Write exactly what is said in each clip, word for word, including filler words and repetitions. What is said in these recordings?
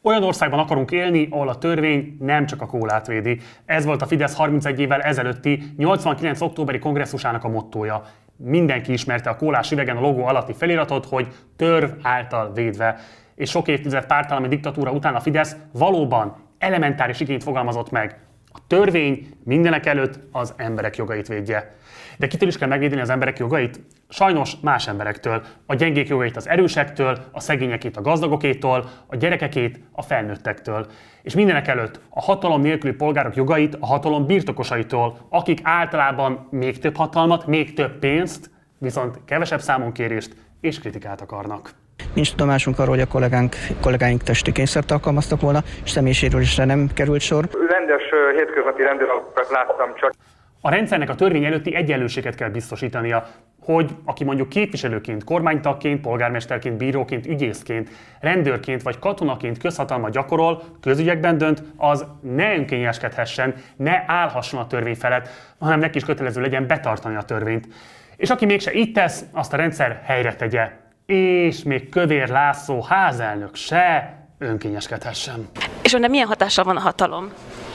Olyan országban akarunk élni, ahol a törvény nem csak a kólát védi. Ez volt a Fidesz harmincegy évvel ezelőtti nyolcvankilenc októberi kongresszusának a mottója. Mindenki ismerte a kólás üvegen a logó alatti feliratot, hogy törv által védve. És sok évtized pártállami diktatúra után a Fidesz valóban elementáris igényt fogalmazott meg. A törvény mindenek előtt az emberek jogait védje. De kitől is kell megvédeni az emberek jogait? Sajnos más emberektől. A gyengék jogait az erősektől, a szegényekét a gazdagokétól, a gyerekekét a felnőttektől. És mindenek előtt a hatalom nélküli polgárok jogait a hatalom birtokosaitól, akik általában még több hatalmat, még több pénzt, viszont kevesebb számonkérést és kritikát akarnak. Nincs tudomásunk arról, hogy a kollégánk, kollégáink testi kényszert alkalmaztak volna, és személyisérülésre nem került sor. Rendes hétköznapi rendőrautókat láttam csak. A rendszernek a törvény előtti egyenlőséget kell biztosítania, hogy aki mondjuk képviselőként, kormánytagként, polgármesterként, bíróként, ügyészként, rendőrként vagy katonaként közhatalmat gyakorol, közügyekben dönt, az ne önkényeskedhessen, ne állhasson a törvény felett, hanem neki is kötelező legyen betartani a törvényt. És aki mégse így tesz, azt a rendszer helyre tegye. És még Kövér László házelnök se önkényeskedhessen. És önnek milyen hatással van a hatalom?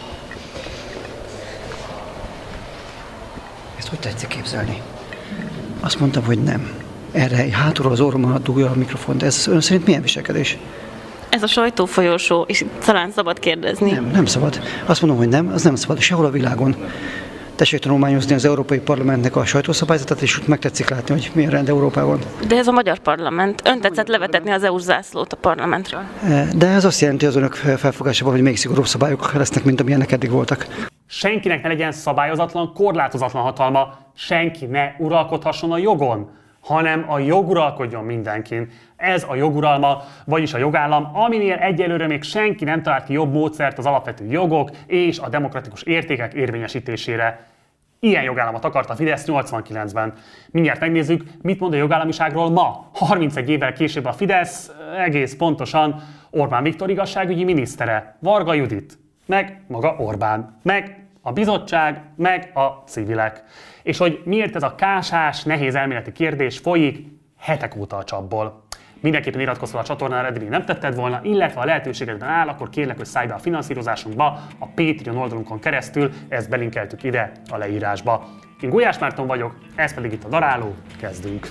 Ezt hogy tetszik képzelni? Azt mondtam, hogy nem. Erre hátulról az orrommal dugja a mikrofont. Ez ön szerint milyen viselkedés? Ez a sajtófolyósó, és talán szabad kérdezni. Nem, nem szabad. Azt mondom, hogy nem, az nem szabad sehol a világon. Tessék tanulmányozni az Európai Parlamentnek a sajtószabályzatát, és úgy megtetszik látni, hogy milyen rend Európában. De ez a magyar parlament. Ön tetszett levetetni az é u-s zászlót a parlamentről. De ez azt jelenti az önök felfogásában, hogy még szigorúbb szabályok lesznek, mint amilyenek eddig voltak. Senkinek ne legyen szabályozatlan, korlátozatlan hatalma, senki ne uralkodhasson a jogon, hanem a jog uralkodjon mindenkin. Ez a joguralma, vagyis a jogállam, aminél egyelőre még senki nem talált ki jobb módszert az alapvető jogok és a demokratikus értékek érvényesítésére. Ilyen jogállamot akart a Fidesz nyolcvankilencben. Mindjárt megnézzük, mit mond a jogállamiságról ma. harmincegy évvel később a Fidesz, egész pontosan Orbán Viktor igazságügyi minisztere, Varga Judit, meg maga Orbán, meg a bizottság, meg a civilek. És hogy miért ez a kásás, nehéz elméleti kérdés folyik hetek óta a csapból. Mindenképpen iratkozz fel a csatornára, eddig nem tetted volna, illetve ha lehetőségedben áll, akkor kérlek, hogy szállj be a finanszírozásunkba a Patreon oldalunkon keresztül, ezt belinkeltük ide a leírásba. Én Gulyás Márton vagyok, ez pedig itt a Daráló, kezdünk!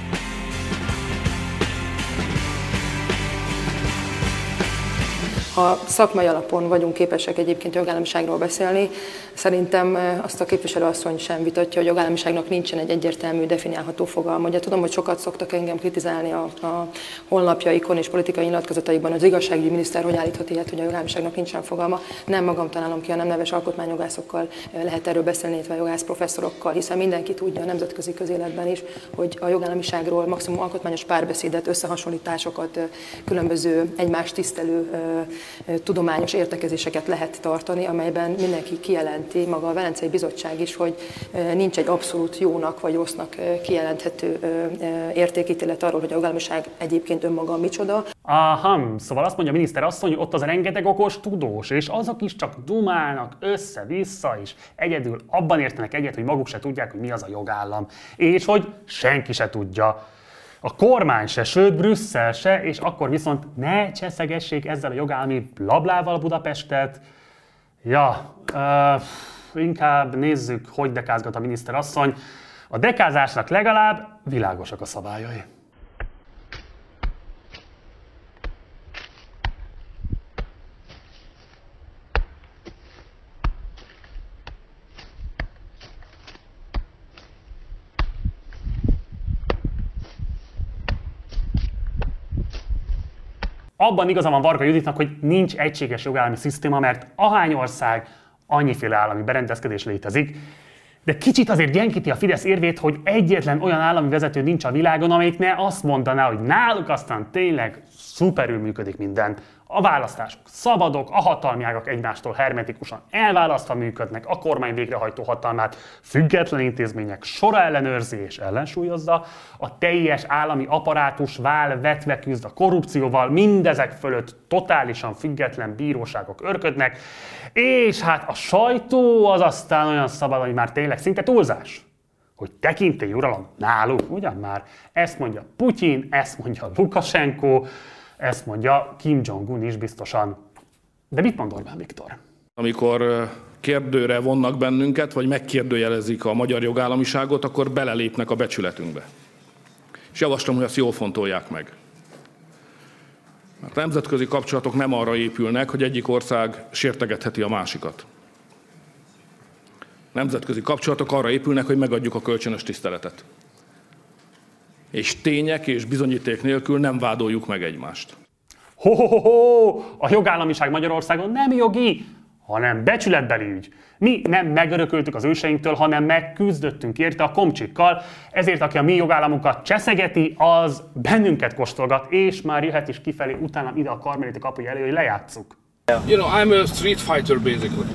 Ha szakmai alapon vagyunk képesek egyébként jogállamiságról beszélni, szerintem azt a képviselőasszony sem vitatja, hogy jogállamiságnak nincsen egy egyértelmű, definiálható fogalma. Ugye tudom, hogy sokat szoktak engem kritizálni a, a honlapjaikon és politikai nyilatkozataikban, az igazságügyi miniszter hogy állíthat ilyet, hogy a jogállamiságnak nincsen fogalma. Nem magam találom ki, hanem neves alkotmányjogászokkal lehet erről beszélni, illetve jogász professzorokkal, hiszen mindenki tudja a nemzetközi közéletben is, hogy a jogállamiságról maximum alkotmányos párbeszédet, összehasonlításokat, különböző egymást tisztelő tudományos értekezéseket lehet tartani, amelyben mindenki kijelenti, maga a Velencei Bizottság is, hogy nincs egy abszolút jónak vagy rossznak kijelenthető értékítélet arról, hogy a jogállamiság egyébként önmaga micsoda. Aha, szóval azt mondja a miniszter asszony, hogy ott az a rengeteg okos tudós, és azok is csak dumálnak össze-vissza, és egyedül abban értenek egyet, hogy maguk se tudják, hogy mi az a jogállam, és hogy senki se tudja. A kormány se, sőt Brüsszel se, és akkor viszont ne cseszegessék ezzel a jogállami blablával Budapestet. Ja, uh, inkább nézzük, hogy dekázgat a miniszter asszony. A dekázásnak legalább világosak a szabályai. Abban igaza van Varga Juditnak, hogy nincs egységes jogállami szisztéma, mert ahány ország, annyiféle állami berendezkedés létezik. De kicsit azért gyengíti a Fidesz érvét, hogy egyetlen olyan állami vezető nincs a világon, amelyik ne azt mondaná, hogy náluk aztán tényleg szuperül működik minden. A választások szabadok, a hatalmi ágak egymástól hermetikusan elválasztva működnek, a kormány végrehajtó hatalmát független intézmények sora ellenőrzi és ellensúlyozza, a teljes állami apparátus vál vetve küzd a korrupcióval, mindezek fölött totálisan független bíróságok örködnek, és hát a sajtó az aztán olyan szabad, hogy már tényleg szinte túlzás, hogy tekintélyuralom náluk, ugyan már? Ezt mondja Putyin, ezt mondja Lukasenko. Ezt mondja Kim Jong-un is biztosan. De mit mond Orbán Viktor? Amikor kérdőre vonnak bennünket, vagy megkérdőjelezik a magyar jogállamiságot, akkor belelépnek a becsületünkbe. És javaslom, hogy azt jól fontolják meg. Mert a nemzetközi kapcsolatok nem arra épülnek, hogy egyik ország sértegetheti a másikat. Nemzetközi kapcsolatok arra épülnek, hogy megadjuk a kölcsönös tiszteletet. És tények és bizonyíték nélkül nem vádoljuk meg egymást. Ho-ho-ho! A jogállamiság Magyarországon nem jogi, hanem becsületbeli ügy. Mi nem megörököltük az őseinktől, hanem megküzdöttünk érte a komcsikkal, ezért aki a mi jogállamunkat cseszegeti, az bennünket kóstolgat, és már jöhet is kifelé utánam ide a Karmelita kapuja elé, hogy lejátsszuk. You know, I'm a street fighter basically.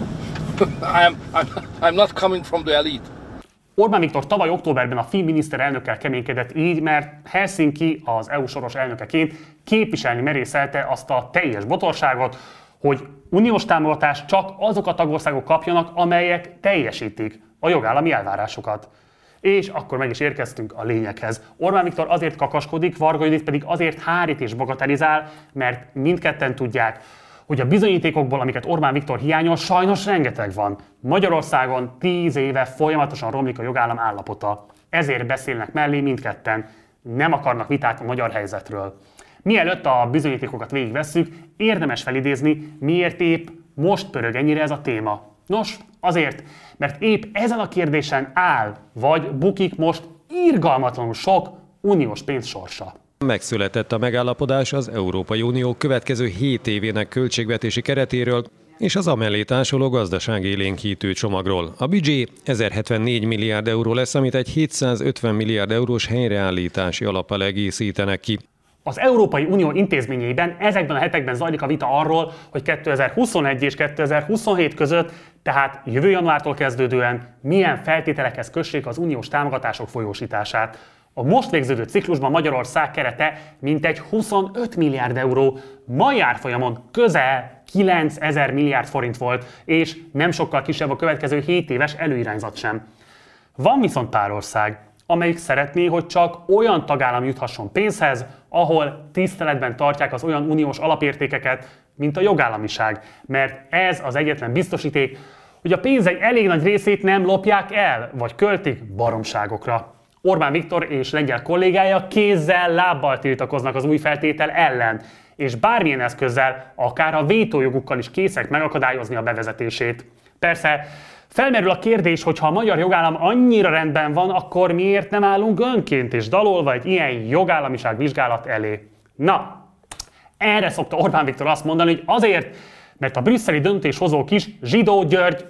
I'm, I'm, I'm not coming from the elite. Orbán Viktor tavaly októberben a finn miniszterelnökkel keménykedett így, mert Helsinki az é u soros elnökeként képviselni merészelte azt a teljes botorságot, hogy uniós támogatást csak azok a tagországok kapjanak, amelyek teljesítik a jogállami elvárásokat. És akkor meg is érkeztünk a lényeghez. Orbán Viktor azért kakaskodik, Varga Judit pedig azért hárít és bagatelizál, mert mindketten tudják, hogy a bizonyítékokból, amiket Orbán Viktor hiányol, sajnos rengeteg van. Magyarországon tíz éve folyamatosan romlik a jogállam állapota. Ezért beszélnek mellé mindketten. Nem akarnak vitát a magyar helyzetről. Mielőtt a bizonyítékokat végigvesszük, érdemes felidézni, miért épp most pörög ennyire ez a téma. Nos, azért, mert épp ezen a kérdésen áll, vagy bukik most irgalmatlanul sok uniós pénz sorsa. Megszületett a megállapodás az Európai Unió következő hét évének költségvetési keretéről és az amellé társuló gazdaságélénkítő csomagról. A büdzsé ezerhetvennégy milliárd euró lesz, amit egy hétszázötven milliárd eurós helyreállítási alappal egészítenek ki. Az Európai Unió intézményeiben ezekben a hetekben zajlik a vita arról, hogy kétezer-huszonegy és kétezer-huszonhét között, tehát jövő januártól kezdődően milyen feltételekhez kössék az uniós támogatások folyósítását. A most végződő ciklusban Magyarország kerete mintegy huszonöt milliárd euró, mai árfolyamon közel kilencezer milliárd forint volt, és nem sokkal kisebb a következő hét éves előirányzat sem. Van viszont pár ország, amelyik szeretné, hogy csak olyan tagállam juthasson pénzhez, ahol tiszteletben tartják az olyan uniós alapértékeket, mint a jogállamiság, mert ez az egyetlen biztosíték, hogy a pénzek elég nagy részét nem lopják el, vagy költik baromságokra. Orbán Viktor és lengyel kollégája kézzel, lábbal tiltakoznak az új feltétel ellen, és bármilyen eszközzel, akár a vétójogukkal is készek megakadályozni a bevezetését. Persze, felmerül a kérdés, hogy ha a magyar jogállam annyira rendben van, akkor miért nem állunk önként és dalolva egy ilyen jogállamiság vizsgálat elé? Na, erre szokta Orbán Viktor azt mondani, hogy azért, mert a brüsszeli döntéshozók is Zsidó György,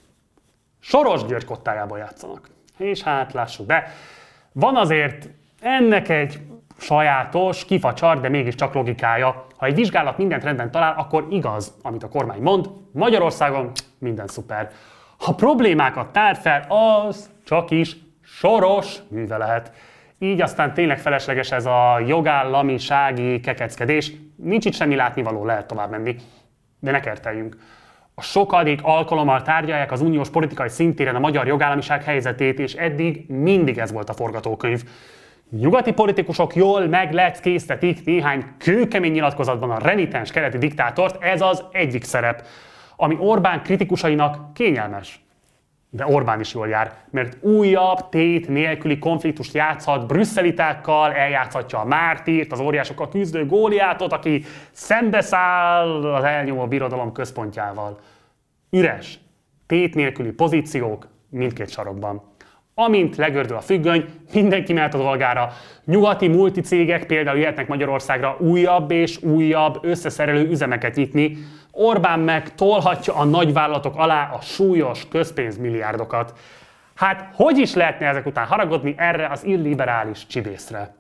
Soros György kottájába játszanak. És hát lássuk be, van azért ennek egy sajátos, kifacsar, de mégiscsak logikája. Ha egy vizsgálat mindent rendben talál, akkor igaz, amit a kormány mond, Magyarországon minden szuper. Ha problémákat tár fel, az csak is Soros műve lehet. Így aztán tényleg felesleges ez a jogállamisági kekeckedés. Nincs itt semmi látnivaló, lehet tovább menni. De ne kerteljünk. A sokadik alkalommal tárgyalják az uniós politikai szintéren a magyar jogállamiság helyzetét, és eddig mindig ez volt a forgatókönyv. Nyugati politikusok jól megleckéztetik néhány kőkemény nyilatkozatban a renitens keleti diktátort, ez az egyik szerep, ami Orbán kritikusainak kényelmes. De Orbán is jól jár, mert újabb tét nélküli konfliktust játszhat brüsszelitákkal, eljátszhatja a mártírt, az óriásokkal küzdő Góliátot, aki szembeszáll az elnyomó birodalom központjával. Üres, tét nélküli pozíciók mindkét sarokban. Amint legördül a függöny, mindenki mehet a dolgára. Nyugati multicégek például jöhetnek Magyarországra újabb és újabb összeszerelő üzemeket nyitni, Orbán meg tolhatja a nagyvállalatok alá a súlyos közpénzmilliárdokat. Hát hogy is lehetne ezek után haragudni erre az illiberális csibészre?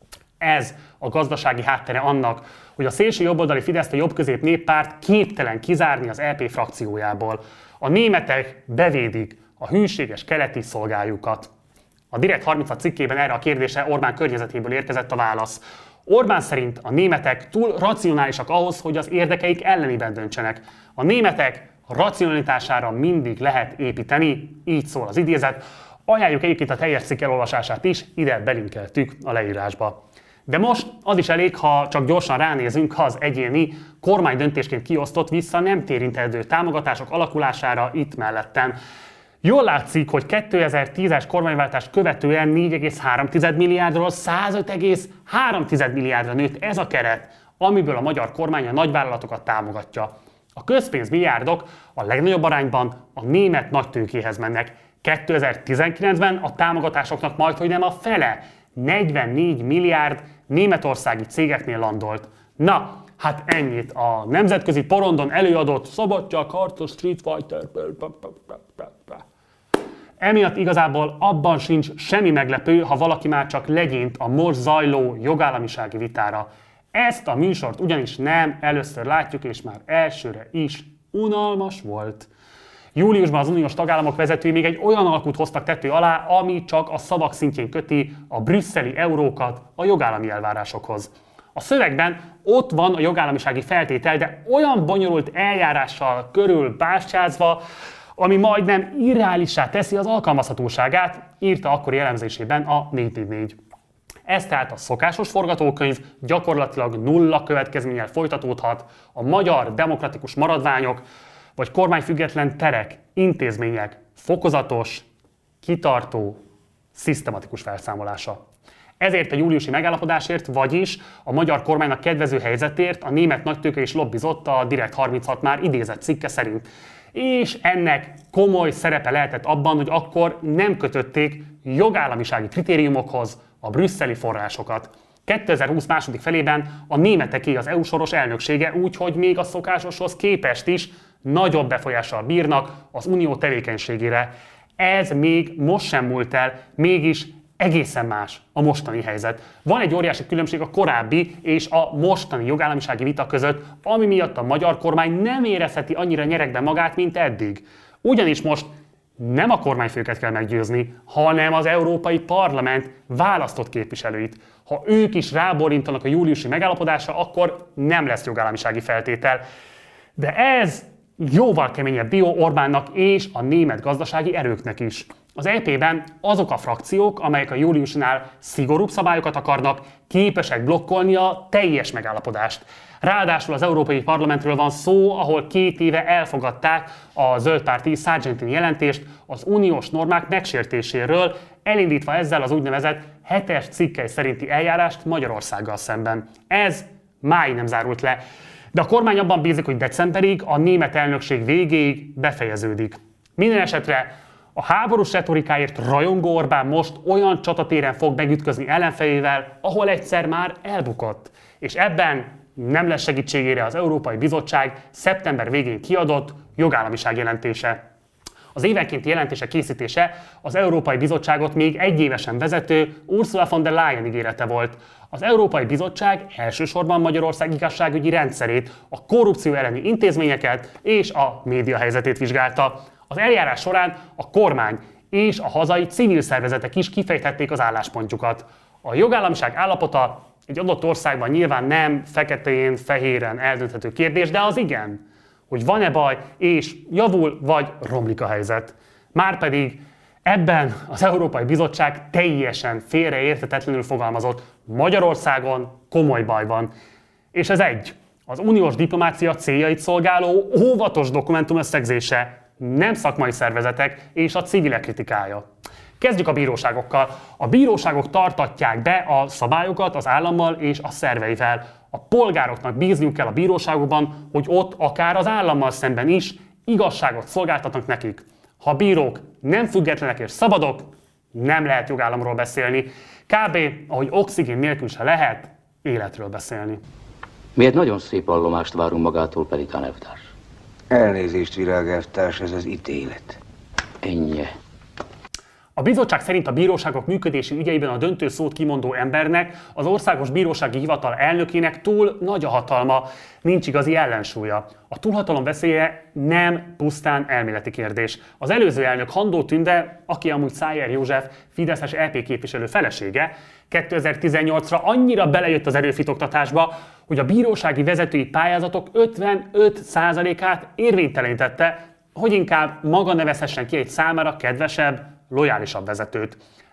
Ez a gazdasági háttere annak, hogy a szélső jobboldali Fideszt a jobbközép néppárt képtelen kizárni az é pé frakciójából. A németek bevédik a hűséges keleti szolgájukat. A Direkt harminc cikkében erre a kérdésre Orbán környezetéből érkezett a válasz. Orbán szerint a németek túl racionálisak ahhoz, hogy az érdekeik ellenében döntsenek. A németek racionalitására mindig lehet építeni, így szól az idézet. Ajánljuk egyébként a teljes cikk elolvasását is, ide belinkeltük a leírásba. De most az is elég, ha csak gyorsan ránézünk az egyéni kormány döntésként kiosztott vissza nem térintendő támogatások alakulására itt mellettem. Jól látszik, hogy kétezer-tízes kormányváltást követően négy egész három milliárdról százöt egész három milliárdra nőtt ez a keret, amiből a magyar kormány a nagyvállalatokat támogatja. A közpénzmilliárdok a legnagyobb arányban a német nagytőkéhez mennek. kétezer-tizenkilencben a támogatásoknak majdhogy nem a fele, negyvennégy milliárd németországi cégeknél landolt. Na, hát ennyit a nemzetközi porondon előadott szabadság harcos Street Fighter. Emiatt igazából abban sincs semmi meglepő, ha valaki már csak legyint a most zajló jogállamisági vitára. Ezt a műsort ugyanis nem először látjuk, és már elsőre is unalmas volt. Júliusban az uniós tagállamok vezetői még egy olyan alkut hoztak tető alá, ami csak a szavak szintjén köti a brüsszeli eurókat a jogállami elvárásokhoz. A szövegben ott van a jogállamisági feltétel, de olyan bonyolult eljárással körül bástyázva, ami majdnem irreálissá teszi az alkalmazhatóságát, írta akkori elemzésében a négy négy négy. Ez tehát a szokásos forgatókönyv gyakorlatilag nulla következménnyel folytatódhat, a magyar demokratikus maradványok vagy kormányfüggetlen terek, intézmények fokozatos, kitartó, szisztematikus felszámolása. Ezért a júliusi megállapodásért, vagyis a magyar kormánynak kedvező helyzetért a német nagytőke is lobbizott a Direkt harminchat már idézett cikke szerint. És ennek komoly szerepe lehetett abban, hogy akkor nem kötötték jogállamisági kritériumokhoz a brüsszeli forrásokat. kétezer-húsz második felében a németeké az é u soros elnöksége, úgyhogy még a szokásoshoz képest is nagyobb befolyással bírnak az unió tevékenységére. Ez még most sem múlt el, mégis egészen más a mostani helyzet. Van egy óriási különbség a korábbi és a mostani jogállamisági vita között, ami miatt a magyar kormány nem érezheti annyira nyeregben magát, mint eddig. Ugyanis most nem a kormányfőket kell meggyőzni, hanem az Európai Parlament választott képviselőit. Ha ők is ráborintanak a júliusi megállapodásra, akkor nem lesz jogállamisági feltétel. De ez jóval keményebb dió Orbánnak és a német gazdasági erőknek is. Az é pében azok a frakciók, amelyek a júliusinál szigorúbb szabályokat akarnak, képesek blokkolni a teljes megállapodást. Ráadásul az Európai Parlamentről van szó, ahol két éve elfogadták a zöldpárti Sargentini jelentést az uniós normák megsértéséről, elindítva ezzel az úgynevezett hetes cikkely szerinti eljárást Magyarországgal szemben. Ez máig nem zárult le, de a kormány abban bízik, hogy decemberig, a német elnökség végéig befejeződik. Minden esetre a háborús retorikáért rajongó Orbán most olyan csatatéren fog megütközni ellenfelével, ahol egyszer már elbukott. És ebben nem lesz segítségére az Európai Bizottság szeptember végén kiadott jogállamiság jelentése. Az évenkénti jelentése készítése az Európai Bizottságot még egyévesen vezető Ursula von der Leyen ígérete volt. Az Európai Bizottság elsősorban Magyarország igazságügyi rendszerét, a korrupció elleni intézményeket és a média helyzetét vizsgálta. Az eljárás során a kormány és a hazai civil szervezetek is kifejthették az álláspontjukat. A jogállamiság állapota egy adott országban nyilván nem feketén, fehéren eldönthető kérdés, de az igen, hogy van-e baj, és javul vagy romlik a helyzet. Márpedig ebben az Európai Bizottság teljesen félreérthetetlenül fogalmazott, Magyarországon komoly baj van. És ez egy, az uniós diplomácia céljait szolgáló óvatos dokumentum összegzése, nem szakmai szervezetek és a civilek kritikája. Kezdjük a bíróságokkal. A bíróságok tartatják be a szabályokat az állammal és a szerveivel. A polgároknak bízniuk kell a bíróságokban, hogy ott akár az állammal szemben is igazságot szolgáltatnak nekik. Ha a bírók nem függetlenek és szabadok, nem lehet jogállamról beszélni. Kb. Ahogy oxigén nélkül se lehet életről beszélni. Mi egy nagyon szép vallomást várunk magától, Pelikán elvtárs. Elnézést, Virág elvtárs, ez az ítélet. Ennyi. A bizottság szerint a bíróságok működési ügyeiben a döntő szót kimondó embernek, az Országos Bírósági Hivatal elnökének túl nagy a hatalma, nincs igazi ellensúlya. A túlhatalom veszélye nem pusztán elméleti kérdés. Az előző elnök Handó Tünde, aki amúgy Szájer József fideszes é pé képviselő felesége, kétezer-tizennyolcra annyira belejött az erőfitoktatásba, hogy a bírósági vezetői pályázatok ötvenöt százalékát érvénytelenítette, hogy inkább maga nevezhessen ki egy számára kedvesebb, lojálisabb vezetőt.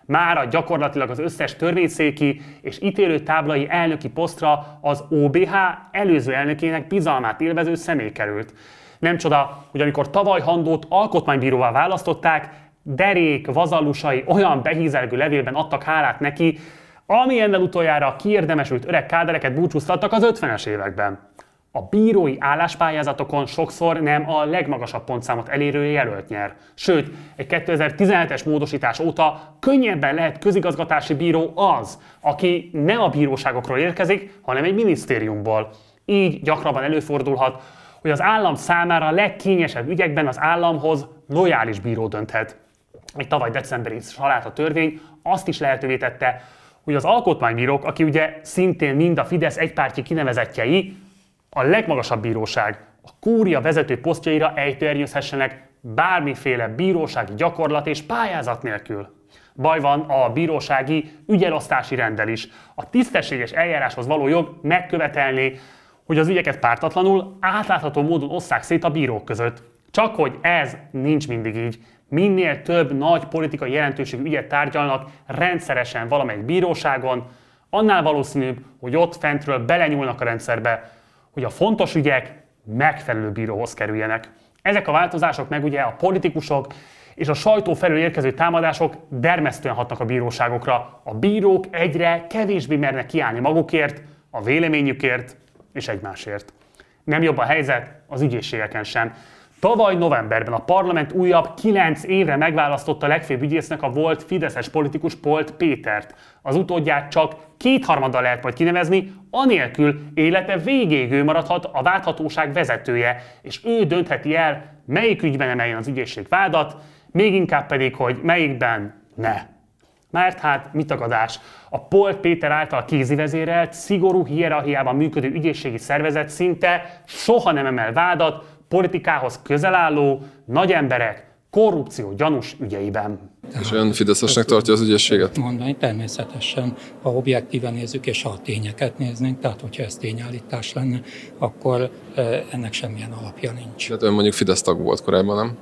Mára gyakorlatilag az összes törvényszéki és ítélőtáblai elnöki posztra az o bé há előző elnökének bizalmát élvező személy került. Nem csoda, hogy amikor tavaly Handót alkotmánybíróvá választották, derék vazallusai olyan behízelgő levélben adtak hálát neki, amilyennel utoljára kiérdemesült öreg kádereket búcsúztattak az ötvenes években. A bírói álláspályázatokon sokszor nem a legmagasabb pontszámot elérő jelölt nyer. Sőt, egy kétezer-tizenhetes módosítás óta könnyebben lehet közigazgatási bíró az, aki nem a bíróságokról érkezik, hanem egy minisztériumból. Így gyakrabban előfordulhat, hogy az állam számára a legkényesebb ügyekben az államhoz lojális bíró dönthet. Egy tavaly decemberi saláta törvény azt is lehetővé tette, hogy az alkotmánybírók, aki ugye szintén mind a Fidesz egypárti kinevezettjei, a legmagasabb bíróság, a kúria vezető posztjaira ejtőernyőzhessenek bármiféle bírósági gyakorlat és pályázat nélkül. Baj van a bírósági ügyelosztási renddel is. A tisztességes eljáráshoz való jog megkövetelné, hogy az ügyeket pártatlanul, átlátható módon osszák szét a bírók között. Csak hogy ez nincs mindig így. Minél több nagy politikai jelentőségű ügyet tárgyalnak rendszeresen valamelyik bíróságon, annál valószínűbb, hogy ott fentről belenyúlnak a rendszerbe, hogy a fontos ügyek megfelelő bíróhoz kerüljenek. Ezek a változások meg ugye a politikusok és a sajtó felől érkező támadások dermesztően hatnak a bíróságokra. A bírók egyre kevésbé mernek kiállni magukért, a véleményükért és egymásért. Nem jobb a helyzet az ügyészségeken sem. Tavaly novemberben a parlament újabb kilenc évre megválasztotta a legfőbb ügyésznek a volt fideszes politikus Polt Pétert. Az utódját csak kétharmaddal lehet majd kinevezni, anélkül élete végéig ő maradhat a vádhatóság vezetője, és ő döntheti el, melyik ügyben emeljen az ügyészség vádat, még inkább pedig, hogy melyikben ne. Mert hát mit tagadás, a Polt Péter által kézivezérelt, szigorú hierarchiában működő ügyészségi szervezet szinte soha nem emel vádat politikához közel álló nagy emberek korrupció gyanús ügyeiben. És ön fideszesnek tartja az ügyészséget? Mondani természetesen, ha objektíven nézzük és ha a tényeket néznénk, tehát hogyha ez tényállítás lenne, akkor ennek semmilyen alapja nincs. Tehát ön mondjuk Fidesz tag volt korábban, nem?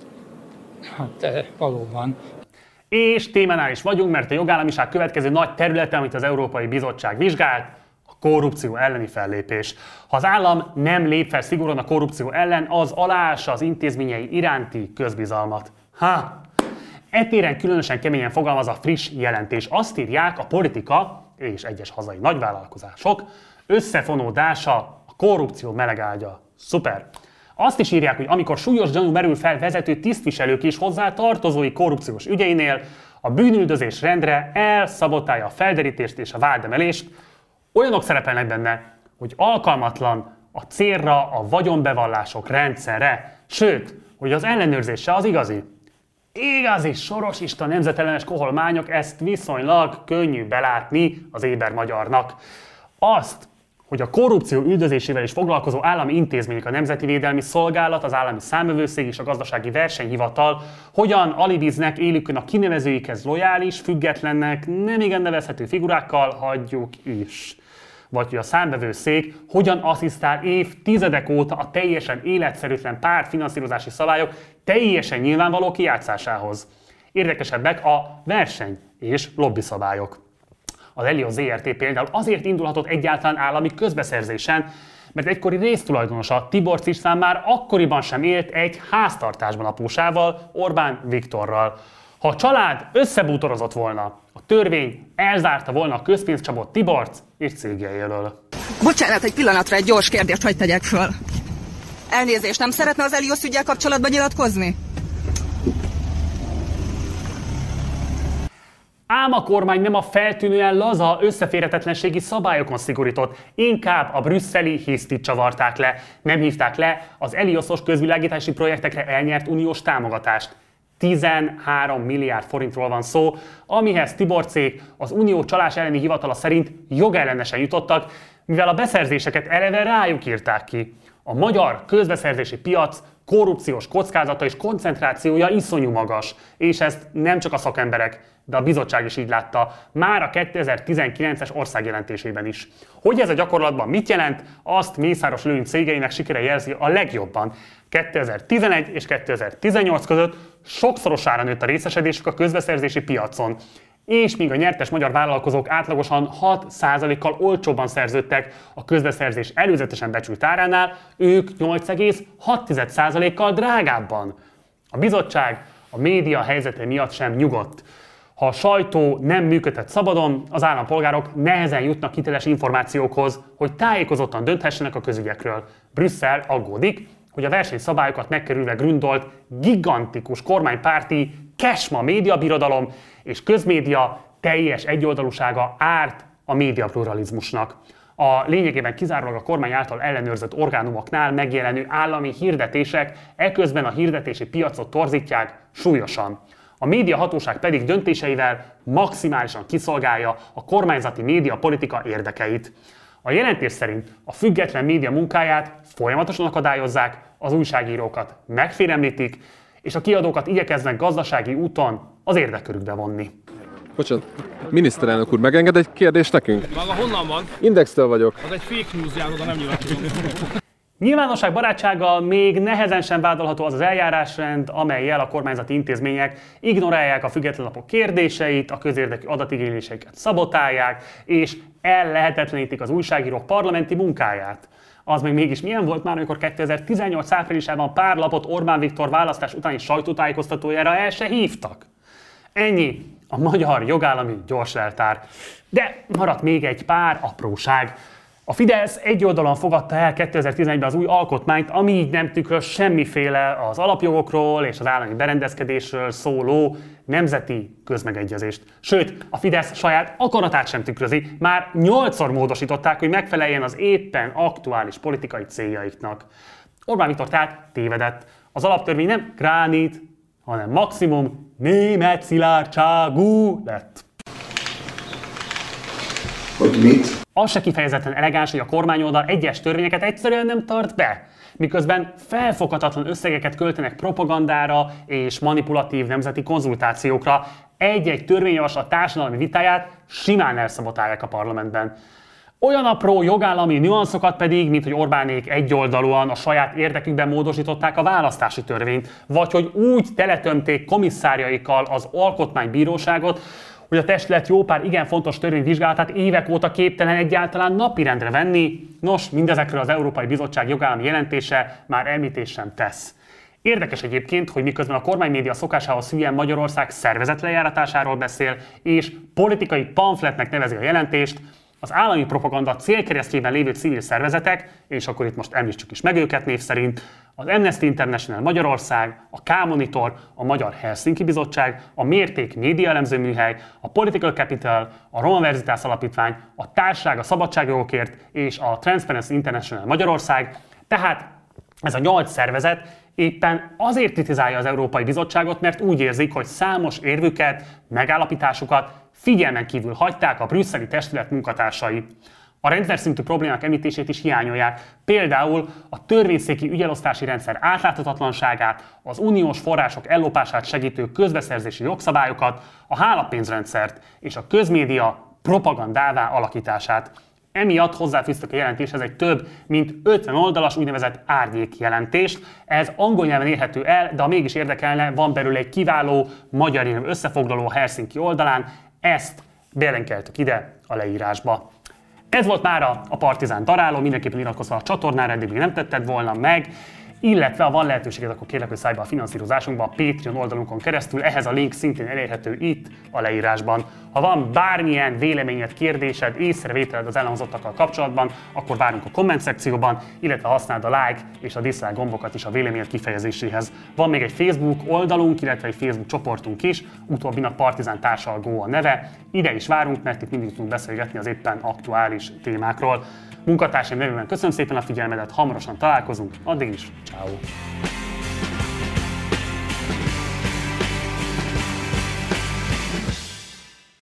Hát valóban. És témánál is vagyunk, mert a jogállamiság következő nagy területe, amit az Európai Bizottság vizsgált, a korrupció elleni fellépés. Ha az állam nem lép fel szigorúan a korrupció ellen, az aláássa az intézményei iránti közbizalmat. Ha! E téren különösen keményen fogalmaz a friss jelentés. Azt írják, a politika és egyes hazai nagyvállalkozások összefonódása a korrupció melegágya. Szuper! Azt is írják, hogy amikor súlyos gyanú merül fel vezető tisztviselők és hozzá tartozói korrupciós ügyeinél, a bűnüldözés rendre elszabotálja a felderítést és a vádemelést. Olyanok szerepelnek benne, hogy alkalmatlan a célra, a vagyonbevallások rendszere, sőt, hogy az ellenőrzése az igazi. Igazi sorosista nemzetellenes koholmányok, ezt viszonylag könnyű belátni az éber magyarnak. Azt, hogy a korrupció üldözésével is foglalkozó állami intézmények, a Nemzeti Védelmi Szolgálat, az Állami Számvevőszék és a Gazdasági Versenyhivatal hogyan alibiznek élükön a kinevezőikhez lojális, függetlennek, nem igen nevezhető figurákkal, hagyjuk is. Vagy hogy a számvevőszék hogyan asszisztál évtizedek óta a teljesen életszerűtlen pártfinanszírozási szabályok teljesen nyilvánvaló kijátszásához. Érdekesebbek a verseny és lobbyszabályok. Az Elio zé er té például azért indulhatott egyáltalán állami közbeszerzésen, mert egykori résztulajdonosa Tiborcs István már akkoriban sem élt egy háztartásban apósával, Orbán Viktorral. Ha a család összebútorozott volna, a törvény elzárta volna a közpénzcsapot Tiborcs és cégei elől. Bocsánat, egy pillanatra egy gyors kérdést hagy tegyek föl. Elnézést, nem szeretne az Elios üggyel kapcsolatban nyilatkozni? Ám a kormány nem a feltűnően laza összeférhetetlenségi szabályokon szigorított, inkább a brüsszeli hisztit csavarták le, nem hívták le az Eliosos közvilágítási projektekre elnyert uniós támogatást. tizenhárom milliárd forintról van szó, amihez Tiborcék az Unió csalás elleni hivatala szerint jogellenesen jutottak, mivel a beszerzéseket eleve rájuk írták ki. A magyar közbeszerzési piac korrupciós kockázata és koncentrációja iszonyú magas, és ezt nem csak a szakemberek, de a bizottság is így látta, már a kétezer-tizenkilences országjelentésében is. Hogy ez a gyakorlatban mit jelent, azt Mészáros Lőrinc cégeinek sikere jelzi a legjobban. kétezer-tizenegy és kétezer-tizennyolc között sokszorosára nőtt a részesedésük a közbeszerzési piacon. És míg a nyertes magyar vállalkozók átlagosan hat százalékkal olcsóbban szerződtek a közbeszerzés előzetesen becsült áránál, ők nyolc egész hat százalékkal drágábban. A bizottság a média helyzete miatt sem nyugodt. Ha a sajtó nem működhet szabadon, az állampolgárok nehezen jutnak hiteles információkhoz, hogy tájékozottan dönthessenek a közügyekről. Brüsszel aggódik, hogy a versenyszabályokat megkerülve gründolt gigantikus kormánypárti kesma médiabirodalom és közmédia teljes egyoldalúsága árt a médiapluralizmusnak. A lényegében kizárólag a kormány által ellenőrzött orgánumoknál megjelenő állami hirdetések eközben a hirdetési piacot torzítják súlyosan. A médiahatóság pedig döntéseivel maximálisan kiszolgálja a kormányzati médiapolitika érdekeit. A jelentés szerint a független média munkáját folyamatosan akadályozzák, az újságírókat megfélemlítik, és a kiadókat igyekeznek gazdasági úton az érdekkörükbe vonni. Bocsánat, miniszterelnök úr, megenged egy kérdést nekünk? Maga honnan van? Indextől vagyok. Az egy fake news, Ján, oda nem nyilatkozom. Nyilvánosság barátsággal még nehezen sem vádolható az az eljárásrend, amellyel a kormányzati intézmények ignorálják a független lapok kérdéseit, a közérdekű adatigényléseiket szabotálják, és ellehetetlenítik az újságírók parlamenti munkáját. Az meg mégis milyen volt már, amikor kétezer-tizennyolc áprilisában pár lapot Orbán Viktor választás utáni sajtótájékoztatójára el se hívtak? Ennyi a magyar jogállami gyorsleltár. De maradt még egy pár apróság. A Fidesz egyoldalúan fogadta el kétezer-tizenegyben az új alkotmányt, ami így nem tükröz semmiféle az alapjogokról és az állami berendezkedésről szóló nemzeti közmegegyezést. Sőt, a Fidesz saját akaratát sem tükrözi, már nyolcszor módosították, hogy megfeleljen az éppen aktuális politikai céljaiknak. Orbán Viktor tehát tévedett. Az alaptörvény nem gránit, hanem maximum német szilárdságú lett. Hogy mit? Az se kifejezetten elegáns, hogy a kormányoldal egyes törvényeket egyszerűen nem tart be, miközben felfoghatatlan összegeket költenek propagandára és manipulatív nemzeti konzultációkra. Egy-egy törvényjavaslat társadalmi vitáját simán elszabotálják a parlamentben. Olyan apró jogállami nüanszokat pedig, mint hogy Orbánék egyoldalúan a saját érdekükben módosították a választási törvényt, vagy hogy úgy teletömték komisszárjaikkal az alkotmánybíróságot, hogy a testület jó pár igen fontos törvényvizsgálatát évek óta képtelen egyáltalán napirendre venni. Nos, mindezekről az Európai Bizottság jogállami jelentése már említést sem tesz. Érdekes egyébként, hogy miközben a kormánymédia szokásához hülyen Magyarország szervezett lejáratásáról beszél, és politikai pamfletnek nevezi a jelentést, az állami propaganda célkeresztjében lévő civil szervezetek, és akkor itt most említsük is meg őket név szerint, az Amnesty International Magyarország, a K-Monitor, a Magyar Helsinki Bizottság, a Mérték Média Elemző Műhely, a Political Capital, a Roman Veritas Alapítvány, a Társaság a Szabadságjogokért és a Transparency International Magyarország. Tehát ez a nyolc szervezet éppen azért kritizálja az Európai Bizottságot, mert úgy érzik, hogy számos érvüket, megállapításukat figyelmen kívül hagyták a brüsszeli testület munkatársai. A rendszer szintű problémák említését is hiányolják, például a törvényszéki ügyelosztási rendszer átláthatatlanságát, az uniós források ellopását segítő közbeszerzési jogszabályokat, a hálapénzrendszert és a közmédia propagandává alakítását. Emiatt hozzáfűztek a jelentéshez egy több mint ötven oldalas úgynevezett árnyék jelentést. Ez angol nyelven érhető el, de ha mégis érdekelne, van belőle egy kiváló magyar nyelvű összefoglaló a Helsinki oldalán. Ezt belenkeltük ide a leírásba. Ez volt mára a Partizán daráló, mindenképpen iratkozz fel a csatornára, eddig még nem tetted volna meg, illetve ha van lehetőséged, akkor kérlek, hogy szállj be a finanszírozásunkba a Patreon oldalunkon keresztül, ehhez a link szintén elérhető itt a leírásban. Ha van bármilyen véleményed, kérdésed, észrevételed az elhangzottakkal kapcsolatban, akkor várunk a komment szekcióban, illetve használd a like és a dislike gombokat is a véleményed kifejezéséhez. Van még egy Facebook oldalunk, illetve egy Facebook csoportunk is, utóbbinak Partizán Társalgó a neve. Ide is várunk, mert itt mindig tudunk beszélgetni az éppen aktuális témákról. Munkatársaim nevében köszönöm szépen a figyelmedet, hamarosan találkozunk, addig is, ciao.